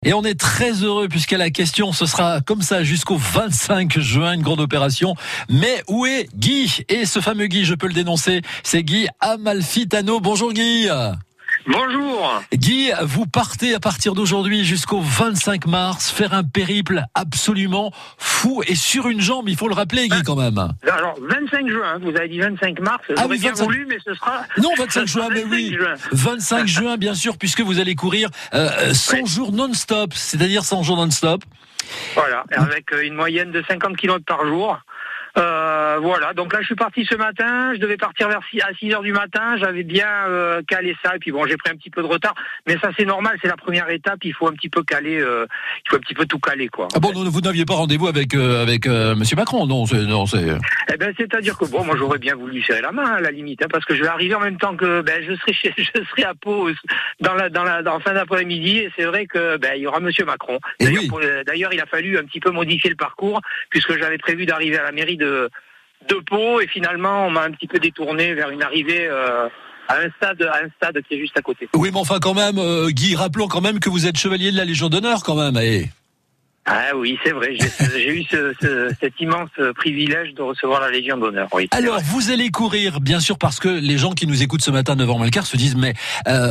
Et on est très heureux puisqu'à la question, ce sera comme ça jusqu'au 25 juin, une grande opération. Mais où est Guy? Et ce fameux Guy, je peux le dénoncer, c'est Guy Amalfitano. Bonjour Guy. Bonjour. Guy, vous partez à partir d'aujourd'hui jusqu'au 25 mars faire un périple absolument fou et sur une jambe, il faut le rappeler Guy quand même. Alors 25 juin, vous avez dit 25 mars, j'aurais bien voulu, mais ce sera... Non, 25 juin, mais oui, 25 juin bien sûr, puisque vous allez courir 100 jours non-stop, c'est-à-dire 100 jours non-stop. Voilà, avec une moyenne de 50 km par jour. Voilà, donc là je suis parti ce matin, je devais partir vers 6 heures du matin, j'avais bien calé ça, et puis bon j'ai pris un petit peu de retard, mais ça c'est normal, c'est la première étape, il faut un petit peu caler, il faut un petit peu tout caler quoi. Ah bon, non, vous n'aviez pas rendez-vous avec Monsieur Macron, non, c'est... Eh ben c'est-à-dire que bon, moi j'aurais bien voulu lui serrer la main à la limite, hein, parce que je vais arriver en même temps que je serai à Pau en fin d'après-midi, et c'est vrai que il y aura Monsieur Macron. D'ailleurs, il a fallu un petit peu modifier le parcours, puisque j'avais prévu d'arriver à la mairie de Pau, et finalement on m'a un petit peu détourné vers une arrivée à un stade qui est juste à côté. Oui, mais enfin quand même, Guy, rappelons quand même que vous êtes chevalier de la Légion d'honneur quand même. Ah oui, c'est vrai, j'ai eu cet immense privilège de recevoir la Légion d'honneur. Oui, alors, vous allez courir, bien sûr, parce que les gens qui nous écoutent ce matin, 9h moins le quart, se disent, mais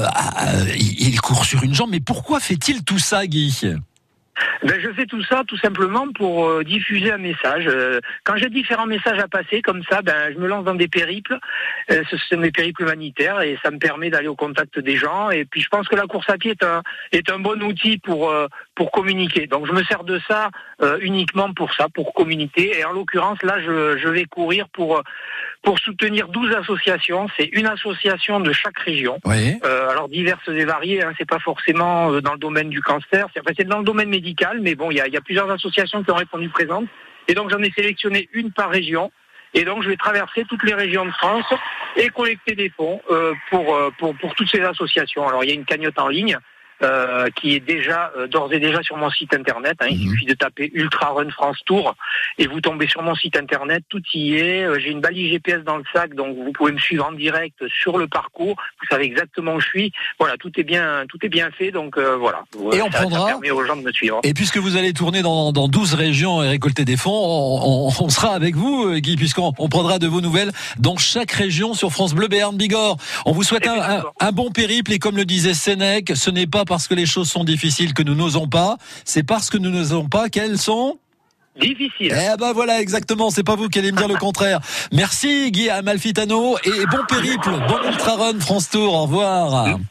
il court sur une jambe, mais pourquoi fait-il tout ça, Guy ? Je fais tout ça tout simplement pour diffuser un message. Quand j'ai différents messages à passer comme ça, je me lance dans des périples. Ce sont des périples humanitaires et ça me permet d'aller au contact des gens. Et puis je pense que la course à pied est un bon outil pour communiquer. Donc je me sers de ça uniquement pour ça, pour communiquer. Et en l'occurrence là, je vais courir pour soutenir 12 associations. C'est une association de chaque région. Oui. Alors diverses et variées. C'est pas forcément dans le domaine du cancer. C'est dans le domaine médical. Mais bon, il y a plusieurs associations qui ont répondu présentes. Et donc, j'en ai sélectionné une par région. Et donc, je vais traverser toutes les régions de France et collecter des fonds pour toutes ces associations. Alors, il y a une cagnotte en ligne qui est déjà d'ores et déjà sur mon site internet. Il suffit de taper Ultra Run France Tour et vous tombez sur mon site internet. Tout y est. J'ai une balise GPS dans le sac, donc vous pouvez me suivre en direct sur le parcours. Vous savez exactement où je suis. Voilà, tout est bien fait. Donc voilà. Et ça permet aux gens de me suivre. Et puisque vous allez tourner dans 12 régions et récolter des fonds, on sera avec vous, Guy, puisqu'on prendra de vos nouvelles dans chaque région sur France Bleu Béarn Bigorre. On vous souhaite un bon périple et comme le disait Sénèque, ce n'est pas parce que les choses sont difficiles que nous n'osons pas, c'est parce que nous n'osons pas qu'elles sont difficiles. Voilà, exactement, c'est pas vous qui allez me dire le contraire. Merci Guy Amalfitano et bon périple, bon Ultra Run France Tour, au revoir.